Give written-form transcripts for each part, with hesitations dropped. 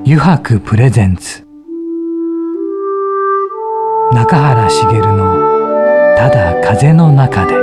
油白プレゼンツ中原茂のただ風の中で。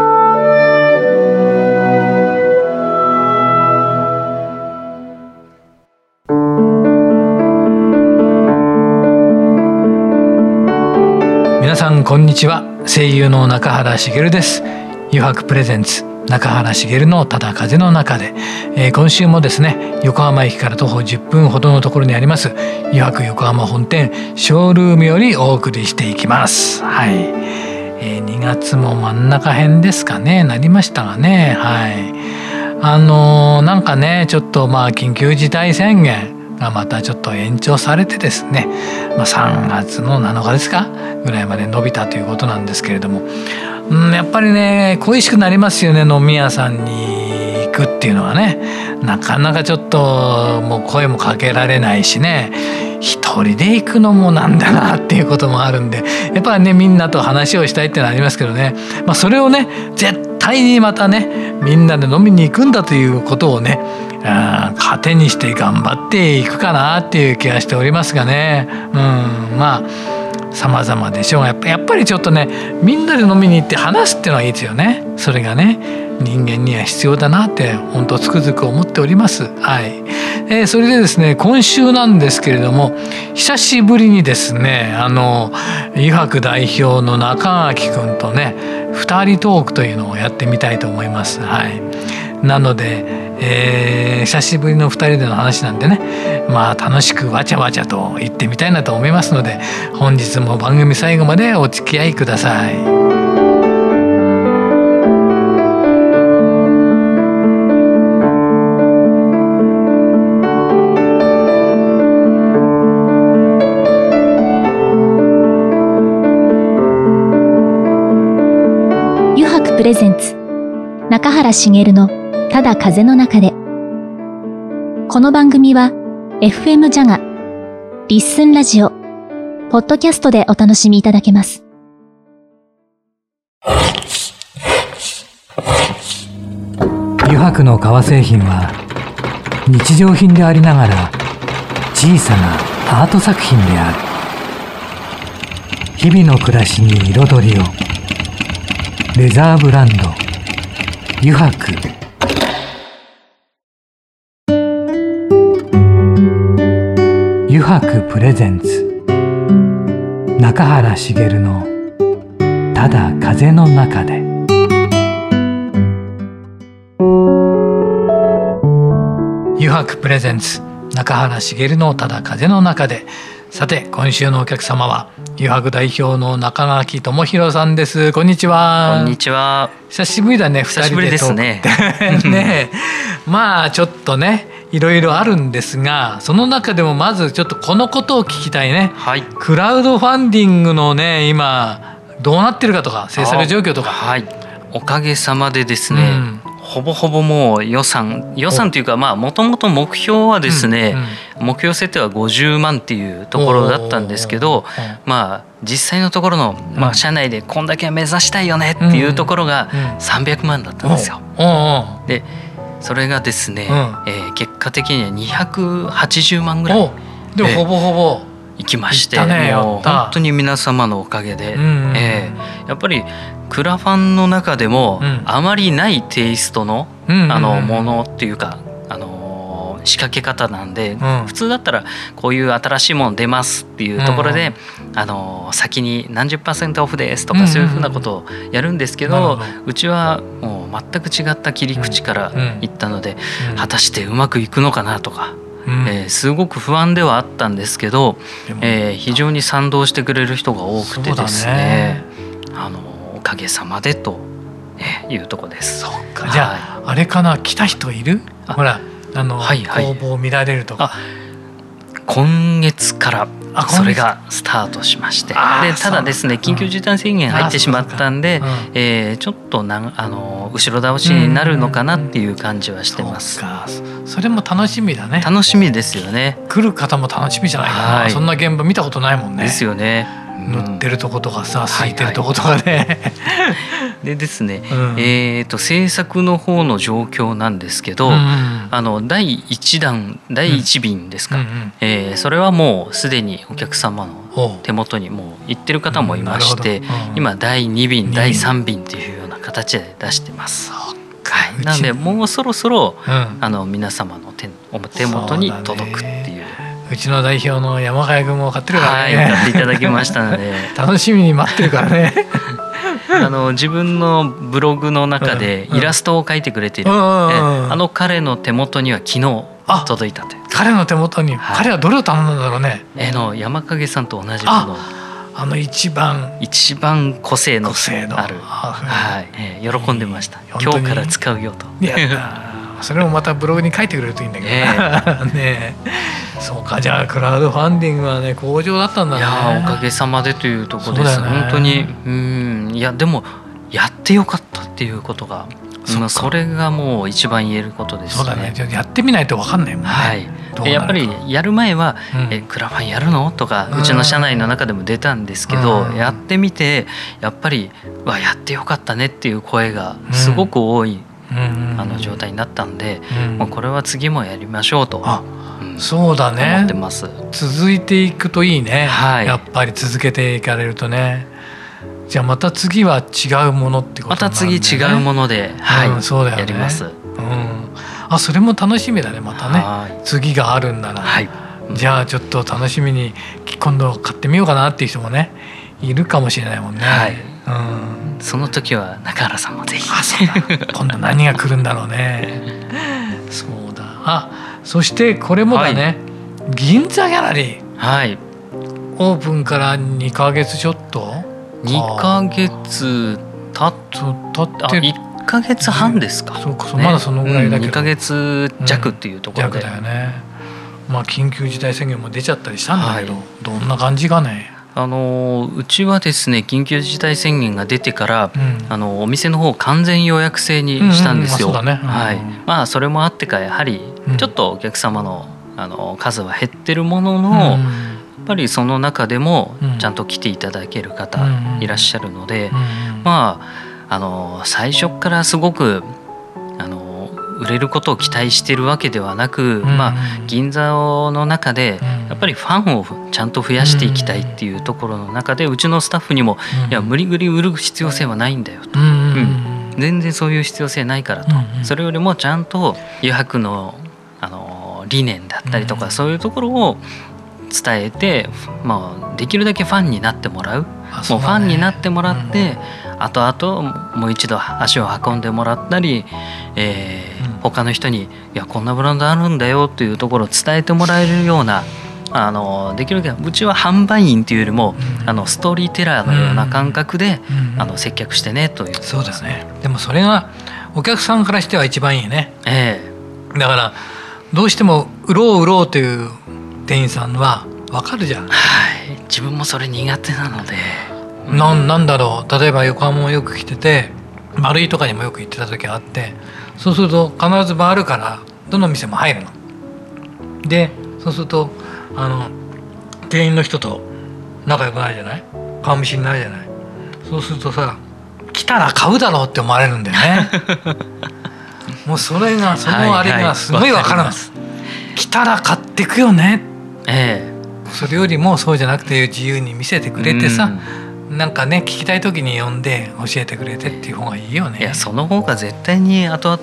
皆さんこんにちは。声優の中原茂です。油白プレゼンツ中原茂のただ風の中で、今週もですね、横浜駅から徒歩10分ほどのところにあります油白横浜本店ショールームよりお送りしていきます。はい、2月も真ん中辺ですかね、なりましたがね。はい、なんかね、ちょっと緊急事態宣言がまたちょっと延長されてですね、3月の7日ですかぐらいまで伸びたということなんですけれども、やっぱりね恋しくなりますよね。飲み屋さんに行くっていうのはね、なかなかちょっともう声もかけられないしね、一人で行くのもなんだなっていうこともあるんで、やっぱりねみんなと話をしたいっていうのはありますけどね、それをね絶対にまたねみんなで飲みに行くんだということをね糧にして頑張っていくかなっていう気がしておりますがね。様々でしょうが、やっぱりちょっとねみんなで飲みに行って話すっていうのはいいですよね。それがね人間には必要だなって本当つくづく思っております。はい、それでですね、今週なんですけれども、久しぶりにですね油白代表の中垣くんとね2人トークというのをやってみたいと思います。はい、なので久しぶりの2人での話なんでね、楽しくわちゃわちゃと言ってみたいなと思いますので、本日も番組最後までお付き合いください。 油白プレゼンツ中原茂のただ風の中で。この番組は FM ジャガ、リッスンラジオ、ポッドキャストでお楽しみいただけます。 油白の革製品は日常品でありながら小さなアート作品である。日々の暮らしに彩りを。レザーブランド油白。油白プレゼンツ中原茂のただ風の中で。油白プレゼンツ中原茂のただ風の中で。さて今週のお客様は油白代表の中垣智弘さんです。こんにちは。 こんにちは。 久しぶりだね、 久しぶりですね。 ねちょっとねいろいろあるんですが、その中でもまずちょっとこのことを聞きたいね。 はい、 クラウドファンディングのね今どうなってるかとか制作状況とか。 はい、おかげさまでですね、ほぼほぼもう予算というか、もともと目標はですね、目標設定は50万っていうところだったんですけど、実際のところの、社内でこんだけ目指したいよねっていうところが300万だったんですよ。でそれがですね、結果的には280万ぐらいでもほぼほぼ行きまして、もう本当に皆様のおかげで、やっぱりクラファンの中でもあまりないテイストのものっていうか仕掛け方なんで、普通だったらこういう新しいもの出ますっていうところで先に何十%オフですとかそういうふうなことをやるんですけど、うちはもう全く違った切り口からいったので、果たしてうまくいくのかなとか。すごく不安ではあったんですけど、非常に賛同してくれる人が多くてですね、おかげさまでというとこです。 そうか、じゃあ、あれかな、来た人いる？ほら工房見られるとか。 今月からそれがスタートしまして、でただですね緊急事態宣言入ってしまったんで、ちょっと後ろ倒しになるのかなっていう感じはしてます。 それも楽しみだね。 楽しみですよね。 来る方も楽しみじゃないかな。そんな現場見たことないもんね。 ですよね。 塗ってるとことかさ、すいてるとことかね。 でですね、制作の方の状況なんですけど、第1便ですか、それはもうすでにお客様の手元にもう行ってる方もいまして、今第2便第3便っていうような形で出してます。なのでもうそろそろ、皆様のお手元に届くっていう。 うちの代表の山貝君も買ってるからね。 買っていただきましたので楽しみに待ってるからね。 自分のブログの中でイラストを描いてくれている、彼の手元には昨日届いたという。 彼の手元に、彼はどれを頼んだんだろうね。 山影さんと同じもの、 一番個性のある、喜んでました。今日から使うよと。 それもまたブログに書いてくれるといいんだけどね。そうか、じゃあクラウドファンディングはね好調だったんだね。 おかげさまでというところです。本当にいやでもやってよかったっていうことが、それがもう一番言えることですね。 そうだね。やってみないと分かんないもんね。 やっぱりやる前はクラファンやるのとかうちの社内の中でも出たんですけど、やってみてやっぱりやってよかったねっていう声がすごく多い状態になったんで、もうこれは次もやりましょうと。 そうだね。 思ってます。 続いていくといいね。やっぱり続けていかれるとね。じゃあまた次は違うものってことになるんだね。また次違うもので、 そうだよね。 やります。 それも楽しみだね。またね。次があるんなら。じゃあちょっと楽しみに今度買ってみようかなっていう人もねいるかもしれないもんね。 その時は中原さんもぜひ。 そうだ。今度何が来るんだろうね。そうだ。そしてこれもだね。銀座ギャラリー。オープンから2ヶ月ちょっと。 2ヶ月経って1ヶ月半ですか。 そうか、まだそのぐらいだけど。 2ヶ月弱っていうところで。 弱だよね。緊急事態宣言も出ちゃったりしたんだけど、どんな感じかね。 うちはですね緊急事態宣言が出てから、お店の方完全予約制にしたんですよ。それもあってかやはりちょっとお客様の数は減ってるものの、やっぱりその中でもちゃんと来ていただける方いらっしゃるので、最初からすごく売れることを期待しているわけではなく、銀座の中でやっぱりファンをちゃんと増やしていきたいっていうところの中で、うちのスタッフにもいや無理くり売る必要性はないんだよと、全然そういう必要性ないからと、それよりもちゃんと余白の理念だったりとか、そういうところを伝えて、できるだけファンになってもらう、もうファンになってもらって、後々もう一度足を運んでもらったり、他の人にいやこんなブランドあるんだよっていうところを伝えてもらえるような、できるだけうちは販売員っていうよりもストーリーテラーのような感覚で接客してねという。 そうですね。でもそれがお客さんからしては一番いいね。だからどうしても売ろうという店員さんは分かるじゃん。 自分もそれ苦手なので。 なんだろう、例えば横浜もよく来てて丸井とかにもよく行ってた時があって、そうすると必ず回るからどの店も入るので、そうすると店員の人と仲良くなるじゃない、顔見知りになるじゃない。そうするとさ、来たら買うだろうって思われるんだよね。もうそのあれがすごい分かるんです。来たら買ってくよね、それよりもそうじゃなくて自由に見せてくれてさ、なんかね聞きたい時に呼んで教えてくれてっていう方がいいよね。 いやその方が絶対に後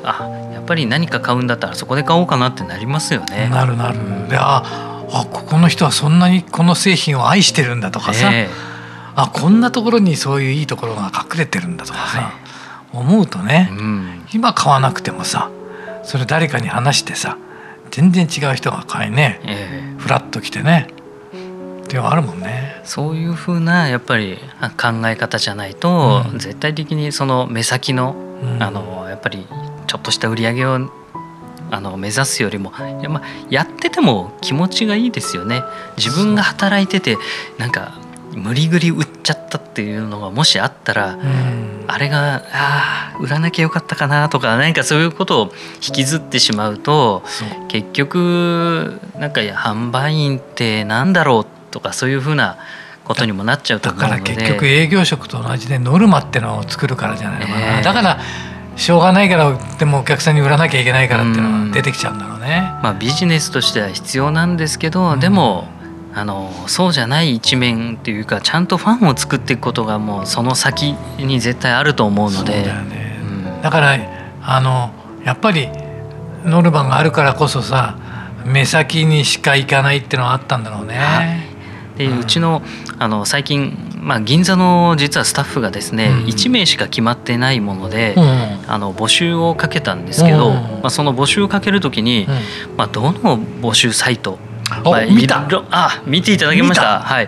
々やっぱり何か買うんだったらそこで買おうかなってなりますよね。 なる。でここの人はそんなにこの製品を愛してるんだとかさ、こんなところにそういういいところが隠れてるんだとかさ、思うとね、今買わなくてもさ、それ誰かに話してさ、全然違う人が買いね、フラッと来てねっていうのがあるもんね。 そういう風なやっぱり考え方じゃないと、絶対的にその目先の、やっぱりちょっとした売り上げを目指すよりもやってても気持ちがいいですよね。自分が働いててなんか無理ぐり売っちゃったっていうのがもしあったら、あれが売らなきゃよかったかなとか、何かそういうことを引きずってしまうと、結局なんか販売員ってなんだろうとか、そういうふうなことにもなっちゃうと思うので、 だから結局営業職と同じでノルマってのを作るからじゃないのかな、だからしょうがないからでもお客さんに売らなきゃいけないからっていうのが出てきちゃうんだろうね。 ビジネスとしては必要なんですけど、でもそうじゃない一面っていうか、ちゃんとファンを作っていくことがもうその先に絶対あると思うので。そうだよね、 だからやっぱりノルマがあるからこそさ、目先にしか行かないっていうのはあったんだろうね。 でうちの最近、銀座の実はスタッフがですね、1名しか決まってないもので、募集をかけたんですけど、その募集をかけるときに、どの募集サイト、見ていただきました。はい、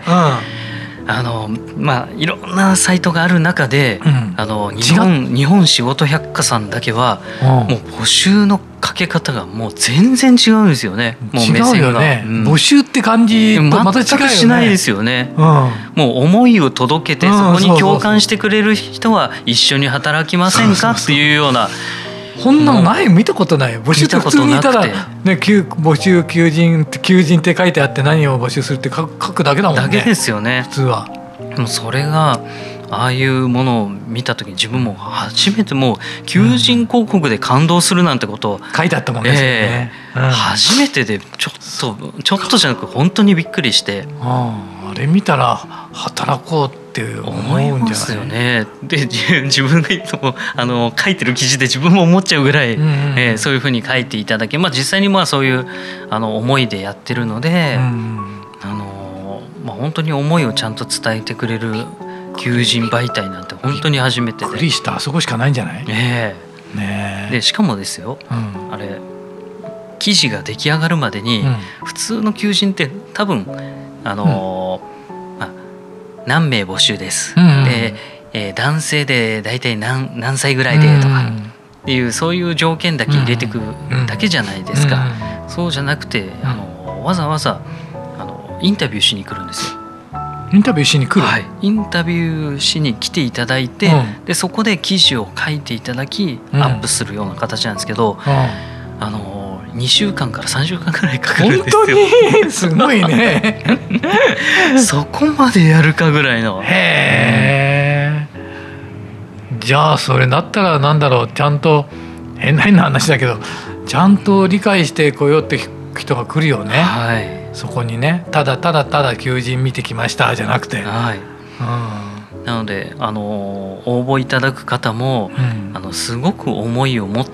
いろんなサイトがある中で、日本仕事百科さんだけは、もう募集のかけ方がもう全然違うんですよね。もう目線が違うよね、 募集って感じとまた違うよね。全くしないですよね、もう思いを届けて、そこに共感してくれる人は一緒に働きませんかっていうような。 こんなのない、見たことない。募集って普通にいたら、募集求人って書いてあって、何を募集するって書くだけだもんね。 だけですよね、 普通は。 でもそれがああいうものを見た時に、自分も初めてもう求人広告で感動するなんてことを書いてあったもんね、 初めてでちょっとじゃなく本当にびっくりして、 あれ見たら働こうって思うんじゃない？ 思いますよね。で自分がいつも書いてる記事で自分も思っちゃうぐらい、そういうふうに書いていただけ、実際にそういう思いでやってるので、本当に思いをちゃんと伝えてくれる求人媒体なんて本当に初めてで。 びっくりした。あそこしかないんじゃない？ でしかもですよ、あれ記事が出来上がるまでに、普通の求人って多分何名募集です、で、男性で大体何歳ぐらいでとかっていう、そういう条件だけ入れてくだけじゃないですか。そうじゃなくて、わざわざインタビューしに来るんですよ。 インタビューしに来る？ インタビューしに来ていただいて、でそこで記事を書いていただき、アップするような形なんですけど、2週間から3週間くらいかかるんですよ。 本当にすごいねそこまでやるかぐらいの。 じゃあそれだったらなんだろう、ちゃんと変な話だけど、ちゃんと理解してこようって人が来るよね、そこにね。ただ求人見てきましたじゃなくて、なので応募いただく方も、すごく思いを持って、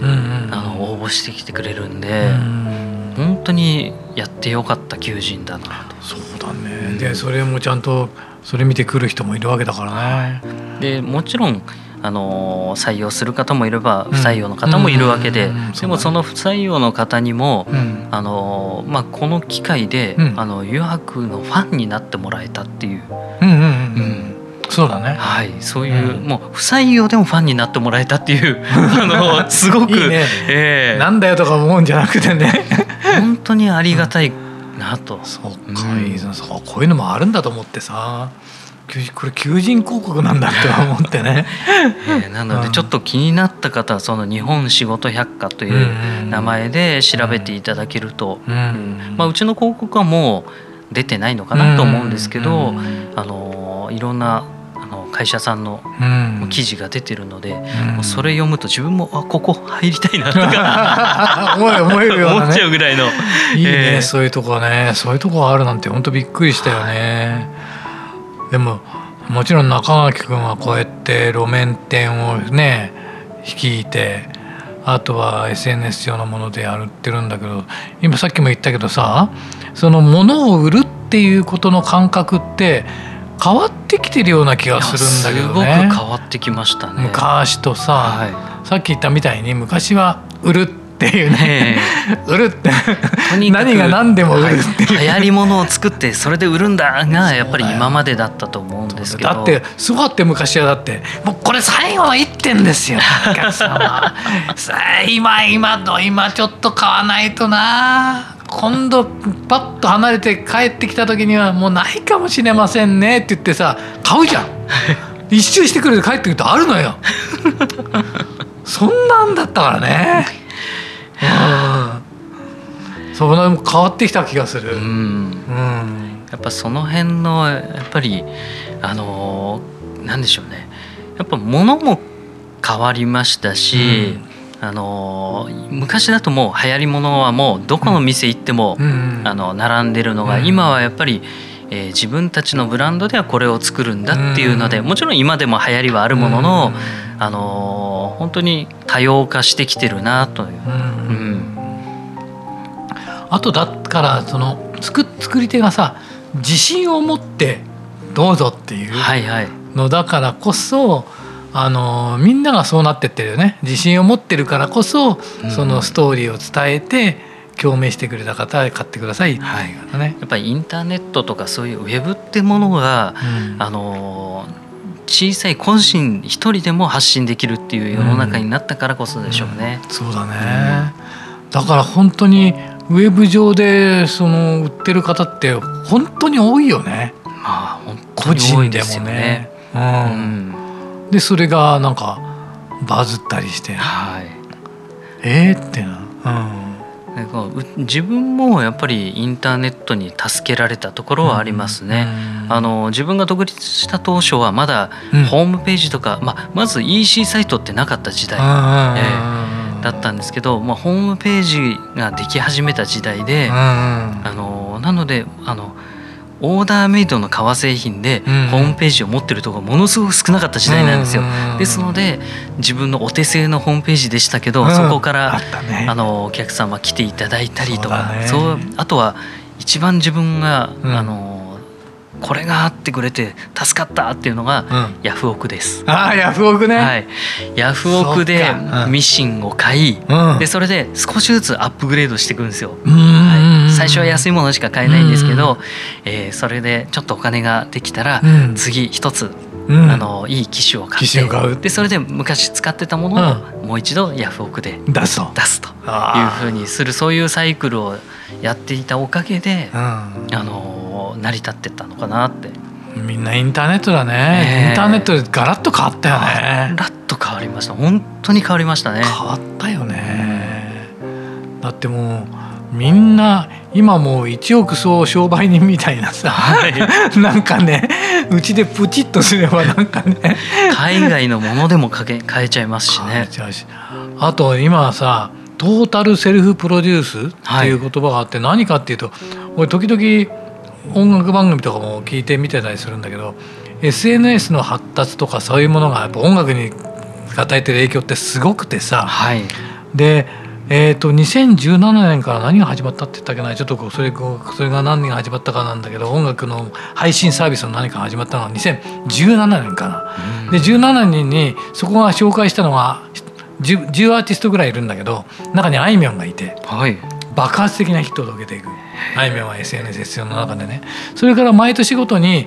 応募してきてくれるんで、本当にやってよかった求人だなと。 そうだね、でそれもちゃんとそれ見てくる人もいるわけだからね。 でもちろん採用する方もいれば不採用の方もいるわけで、でもその不採用の方にも、この機会で、湯泊のファンになってもらえたっていう、 そうだね、 そういう、もう不採用でもファンになってもらえたっていうすごくいいね、なんだよとか思うんじゃなくてね本当にありがたいなと。 そうか、こういうのもあるんだと思ってさ、これ求人広告なんだって思ってねなのでちょっと気になった方はその日本仕事百科という名前で調べていただけると、うちの広告はもう出てないのかなと思うんですけど、いろんな会社さんの記事が出てるので、もうそれ読むと自分もここ入りたいなとか思えるようなね、 思っちゃうぐらいのいいね、そういうとこはね、そういうとこがあるなんて本当びっくりしたよね。でももちろん中垣君はこうやって路面店をね率いて、あとは SNS 上のものでやってるんだけど、今さっきも言ったけどさ、その物を売るっていうことの感覚って変わってきてるような気がするんだけどね。 すごく変わってきましたね、 昔とさ、さっき言ったみたいに昔は売るっていうね、売るって何が何でも売るっていう、 流行り物を作ってそれで売るんだがやっぱり今までだったと思うんですけど、 だってすごかった昔は、だってもうこれ最後の1点ですよお客様今ちょっと買わないとな、今度パッと離れて帰ってきた時にはもうないかもしれませんねって言ってさ、買うじゃん一周してくるで帰ってくるとあるのよそんなんだったからねそう変わってきた気がする。 やっぱその辺のやっぱりなんでしょうね、やっぱ物も変わりましたし、昔だともう流行り物はもうどこの店行っても、並んでるのが、今はやっぱり、自分たちのブランドではこれを作るんだっていうので、もちろん今でも流行りはあるものの、本当に多様化してきてるなという。 あとだからその作り手がさ、自信を持ってどうぞっていうのだからこそ、みんながそうなってってるよね。自信を持ってるからこそ、そのストーリーを伝えて共鳴してくれた方は買ってくださいっていうかね。 やっぱりインターネットとかそういうウェブってものが、小さい個人一人でも発信できるっていう世の中になったからこそでしょうね。 そうだね。だから本当にウェブ上でその売ってる方って本当に多いよね。 本当に多いですよね。 でそれがなんかバズったりして、ってな、 自分もやっぱりインターネットに助けられたところはありますね。自分が独立した当初はまだホームページとか、まず EC サイトってなかった時代、だったんですけど、ホームページができ始めた時代で、なのでオーダーメイドの革製品でホームページを持ってるところがものすごく少なかった時代なんですよ。ですので自分のお手製のホームページでしたけど、そこからお客様来ていただいたりとか、あとは一番自分がこれがあってくれて助かったっていうのがヤフオクです。 ヤフオクね。 ヤフオクでミシンを買い、でそれで少しずつアップグレードしていくんですよ。最初は安いものしか買えないんですけど、それでちょっとお金ができたら次一ついい機種を買って、でそれで昔使ってたものをもう一度ヤフオクで出すというふうにする、そういうサイクルをやっていたおかげで成り立ってったのかなって。 みんなインターネットだね。インターネットでガラッと変わったよね。 ガラッと変わりました。本当に変わりましたね。 変わったよね。だってもうみんな今もう一億総商売人みたいなさ、なんかね、うちでプチッとすればなんかね海外のものでも変えちゃいますしね。 あと今はさ、トータルセルフプロデュースっていう言葉があって、何かっていうと、俺時々音楽番組とかも聞いて見てたりするんだけど、 SNS の発達とかそういうものがやっぱ音楽に与えてる影響ってすごくてさ、で2017年から何が始まったって言ったっけな、ちょっとそれが何が始まったかなんだけど、音楽の配信サービスの何かが始まったのは2017年かな。で17年にそこが紹介したのが 10アーティストぐらいいるんだけど、中にあいみょんがいて、爆発的なヒットを受けていく。あいみょんは SNS の中でね。それから毎年ごとに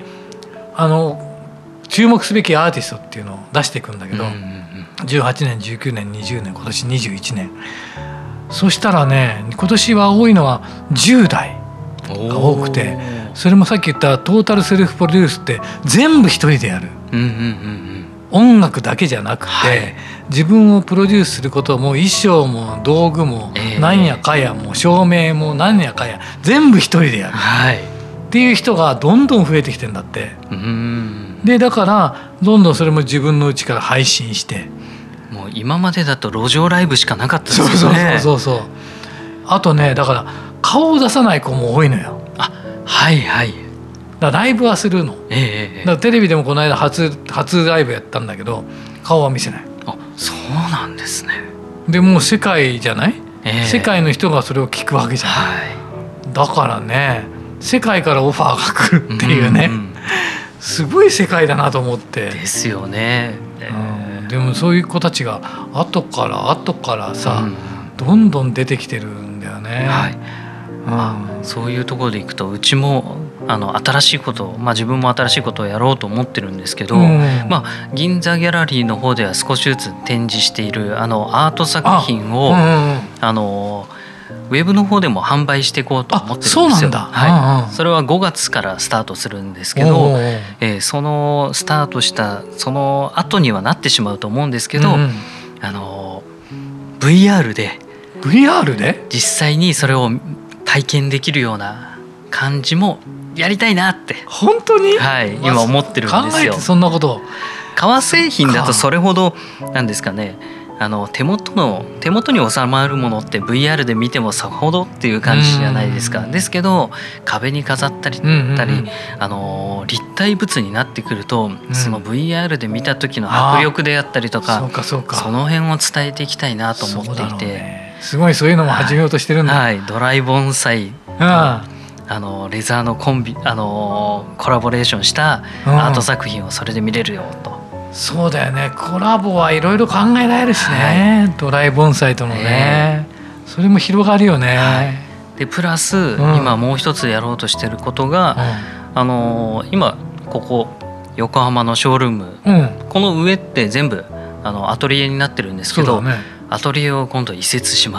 注目すべきアーティストっていうのを出していくんだけど、18年19年20年今年21年、そしたらね、今年は多いのは10代が多くて、それもさっき言ったトータルセルフプロデュースって全部一人でやる、音楽だけじゃなくて、自分をプロデュースすることも衣装も道具も何やかやも照明も何やかや全部一人でやる、っていう人がどんどん増えてきてんだって。でだからどんどんそれも自分の家から配信して、 もう今までだと路上ライブしかなかったですよね。 そうあとね、だから顔を出さない子も多いのよ。だからライブはするの、だからテレビでもこの間初ライブやったんだけど顔は見せない。 そうなんですね。 でもう世界じゃない、世界の人がそれを聞くわけじゃない、だからね、世界からオファーが来るっていうね、すごい世界だなと思って。 ですよね。 でもそういう子たちが後からさ、どんどん出てきてるんだよね。 そういうところでいくと、うちも新しいことを、自分も新しいことをやろうと思ってるんですけど、銀座ギャラリーの方では少しずつ展示しているアート作品をウェブの方でも販売していこうと思ってるんですよ。それは5月からスタートするんですけど、そのスタートしたその後にはなってしまうと思うんですけど、VR で実際にそれを体験できるような感じもやりたいなって本当に、 はい、今思ってるんですよ。 考えてそんなこと革製品だとそれほどなんですかね、手元に収まるものって VR で見てもさほどっていう感じじゃないですか。ですけど壁に飾ったり、立体物になってくると、その VR で見た時の迫力であったりとか、その辺を伝えていきたいなと思っていて、 すごいそういうのも始めようとしてるんだ。 はい、ドライ盆栽、レザーのコラボレーションしたアート作品をそれで見れるよと。 そうだよね、コラボはいろいろ考えられるしね、ドライ盆栽とのね、それも広がるよね。 でプラス、今もう一つやろうとしてることが、今ここ横浜のショールーム、この上って全部アトリエになってるんですけど、アトリエを今度移設します。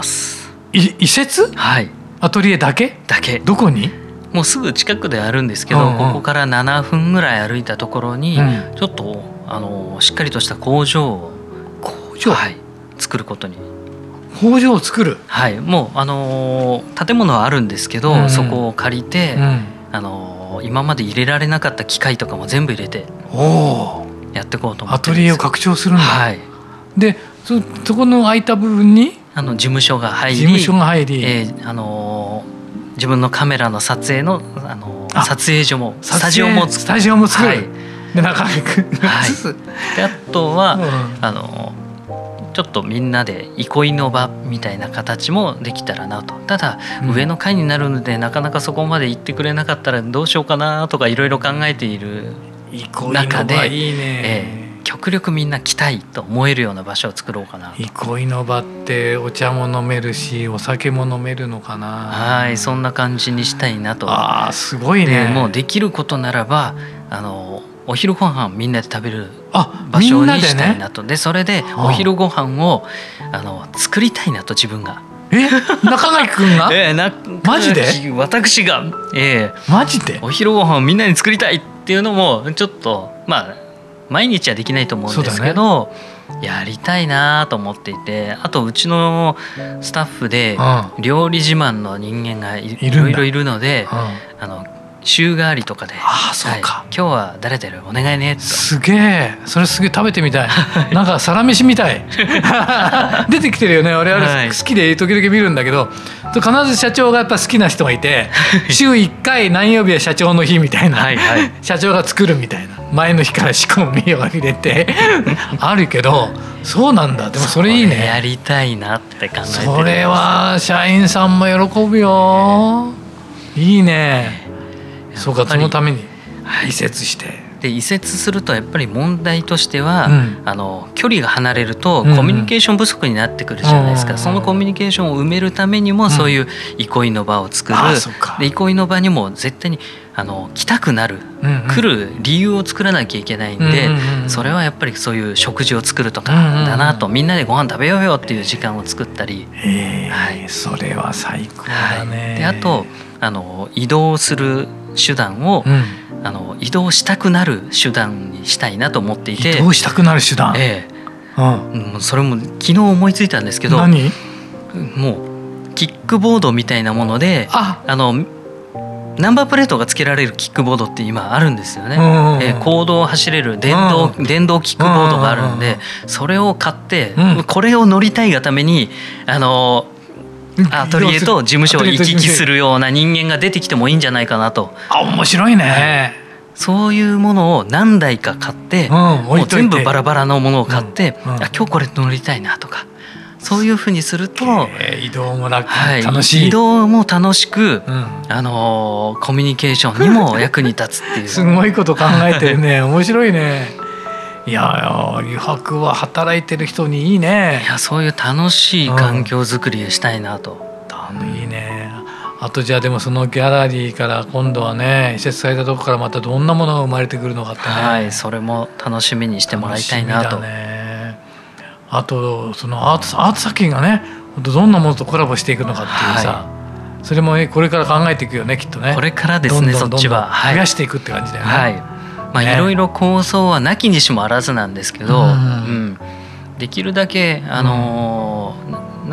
移設？はい。アトリエだけ？どこに？ もうすぐ近くであるんですけど、ここから7分ぐらい歩いたところに、ちょっとしっかりとした工場を作ることに。 工場を作る？ はい、もう建物はあるんですけど、そこを借りて、今まで入れられなかった機械とかも全部入れてやっていこうと思って。 アトリエを拡張するんだ。 はい。 でそこの空いた部分に事務所が入り、自分のカメラの撮影の撮影所もスタジオも作る。で中に行く。であとは、ちょっとみんなで憩いの場みたいな形もできたらなと。ただ、上の階になるのでなかなかそこまで行ってくれなかったらどうしようかなとかいろいろ考えている中で、極力みんな来たいと思えるような場所を作ろうかなと。 憩いの場ってお茶も飲めるしお酒も飲めるのかな。 はい、そんな感じにしたいなと。 すごいね。 もうできることならばお昼ご飯みんなで食べる場所にしたいなと。でそれでお昼ご飯を作りたいなと自分が。 中垣くんが？マジで？ 私が、 マジで？ お昼ご飯をみんなに作りたいっていうのもちょっと毎日はできないと思うんですけど、やりたいなと思っていて、あとうちのスタッフで料理自慢の人間がいろいろいるので、週替わりとかで、今日は誰々お願いねと。 すげえ、それすげえ食べてみたい。なんかサラメシみたい。出てきてるよね。我々好きで時々見るんだけど、必ず社長がやっぱ好きな人がいて、週1回何曜日は社長の日みたいな、社長が作るみたいな、前の日から仕込みを入れてあるけど、そうなんだ。でもそれいいね。 やりたいなって考えてる。 それは社員さんも喜ぶよ。いいね。そうか、そのために移設して、 で移設するとやっぱり問題としては、距離が離れるとコミュニケーション不足になってくるじゃないですか。そのコミュニケーションを埋めるためにも、そういう憩いの場を作る。で憩いの場にも絶対に来たくなる、来る理由を作らなきゃいけないんで、それはやっぱりそういう食事を作るとかだなと。みんなでご飯食べようよっていう時間を作ったり。 それは最高だね。 であと移動する手段を、移動したくなる手段にしたいなと思っていて。 移動したくなる手段、 それも昨日思いついたんですけど、もうキックボードみたいなものでナンバープレートがつけられるキックボードって今あるんですよね。公道を走れる電動キックボードがあるんで、それを買って、これを乗りたいがためにアトリエと事務所を行き来するような人間が出てきてもいいんじゃないかなと。 面白いね。 そういうものを何台か買って、もう全部バラバラのものを買って、今日これ乗りたいなとか、そういうふうにすると移動も楽しい。 移動も楽しく、コミュニケーションにも役に立つっていう。 すごいこと考えてるね。面白いね。いや余白は働いてる人にいいね。 いやそういう楽しい環境づくりをしたいなと。 いいね。あとじゃあでもそのギャラリーから今度はね、移設されたとこからまたどんなものが生まれてくるのかってね。 それも楽しみにしてもらいたいなと。 あとそのアート作品がね、どんなものとコラボしていくのかっていうさ、それもこれから考えていくよね、きっとね。 これからですね。そっちは増やしていくって感じだよね。 いろいろ構想はなきにしもあらずなんですけど、できるだけなん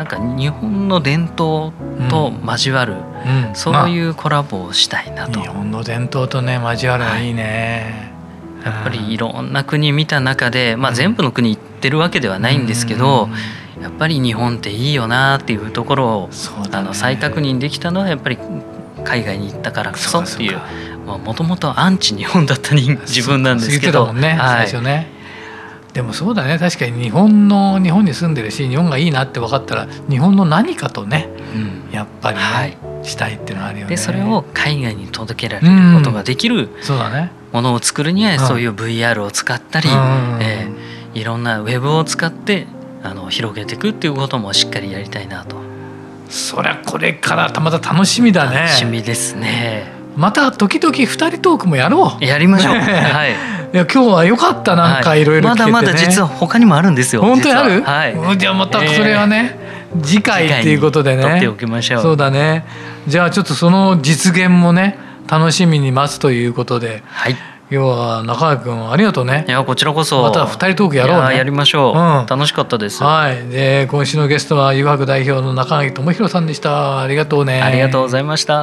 なんか日本の伝統と交わる、そういうコラボをしたいなと。 日本の伝統とね交わるのいいね。 やっぱりいろんな国見た中で、全部の国行ってるわけではないんですけど、やっぱり日本っていいよなっていうところを、再確認できたのはやっぱり海外に行ったからこそっていう、もともとアンチ日本だった自分なんですけど、 最初ね。でもそうだね、確かに日本に住んでるし、日本がいいなって分かったら日本の何かとね、やっぱりね、したいっていうのはあるよね。 でそれを海外に届けられることができるものを作るには、そういう VR を使ったり、いろんなウェブを使って広げていくっていうこともしっかりやりたいなと。 そりゃこれからまた楽しみだね。 楽しみですね。 また時々2人トークもやろう。 やりましょう。はい。 いや今日は良かった、なんかいろいろ聞けてね。 まだまだ実は他にもあるんですよ。 本当にある？ はい。 じゃあまたそれはね、次回っていうことでね。 取っておきましょう。 そうだね。じゃあちょっとその実現もね楽しみに待つということで。はい。今日は中川君ありがとうね。 いやこちらこそ。 また2人トークやろうね。 やりましょう。楽しかったです。 はい。で今週のゲストは湯泊代表の中垣智弘さんでした。ありがとうね。 ありがとうございました。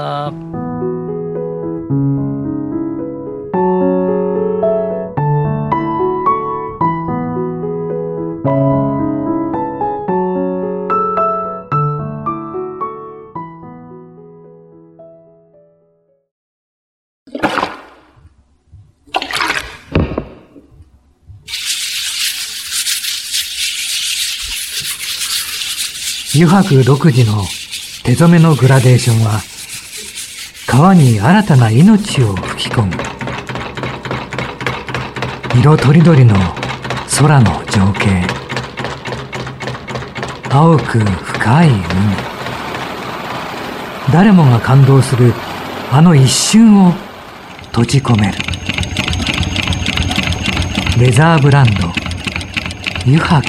湯泊独自の手染めのグラデーションは川に新たな命を吹き込む。色とりどりの空の情景、青く深い海、誰もが感動するあの一瞬を閉じ込める。レザーブランド湯泊。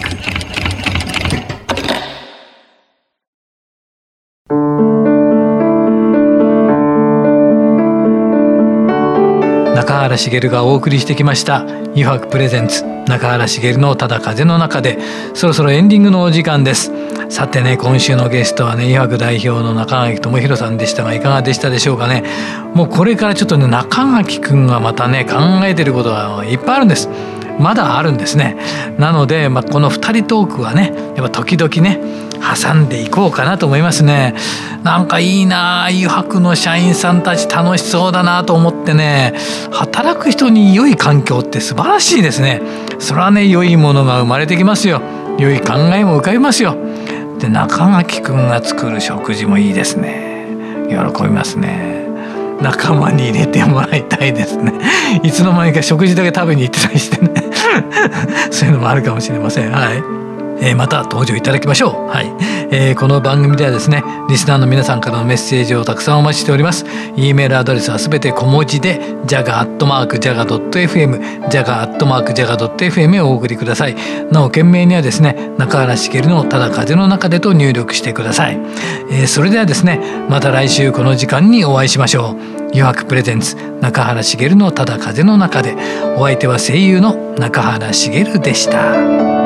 中原茂がお送りしてきました湯泊プレゼンツ中原茂のただ風の中で、そろそろエンディングのお時間です。さてね、今週のゲストはね湯泊代表の中垣智弘さんでしたが、いかがでしたでしょうかね。もうこれからちょっとね中垣くんがまたね考えてることがいっぱいあるんです。まだあるんですね。なので、この2人トークはねやっぱ時々ね挟んでいこうかなと思いますね。なんかいいな、湯泊の社員さんたち楽しそうだなと思ってね、働く人に良い環境って素晴らしいですね。それはね良いものが生まれてきますよ。良い考えも浮かびますよ。で中垣くんが作る食事もいいですね。喜びますね。仲間に入れてもらいたいですね。いつの間にか食事だけ食べに行ってたりしてねそういうのもあるかもしれません。はい。また登場いただきましょう。はい。この番組ではですねリスナーの皆さんからのメッセージをたくさんお待ちしております。 E メールアドレスはすべて小文字で jaga@jaga.fm jaga@jaga.fm へお送りください。なお件名にはですね中原茂のただ風の中でと入力してください。それではですねまた来週この時間にお会いしましょう。湯泊プレゼンツ中原茂のただ風の中で、お相手は声優の中原茂でした。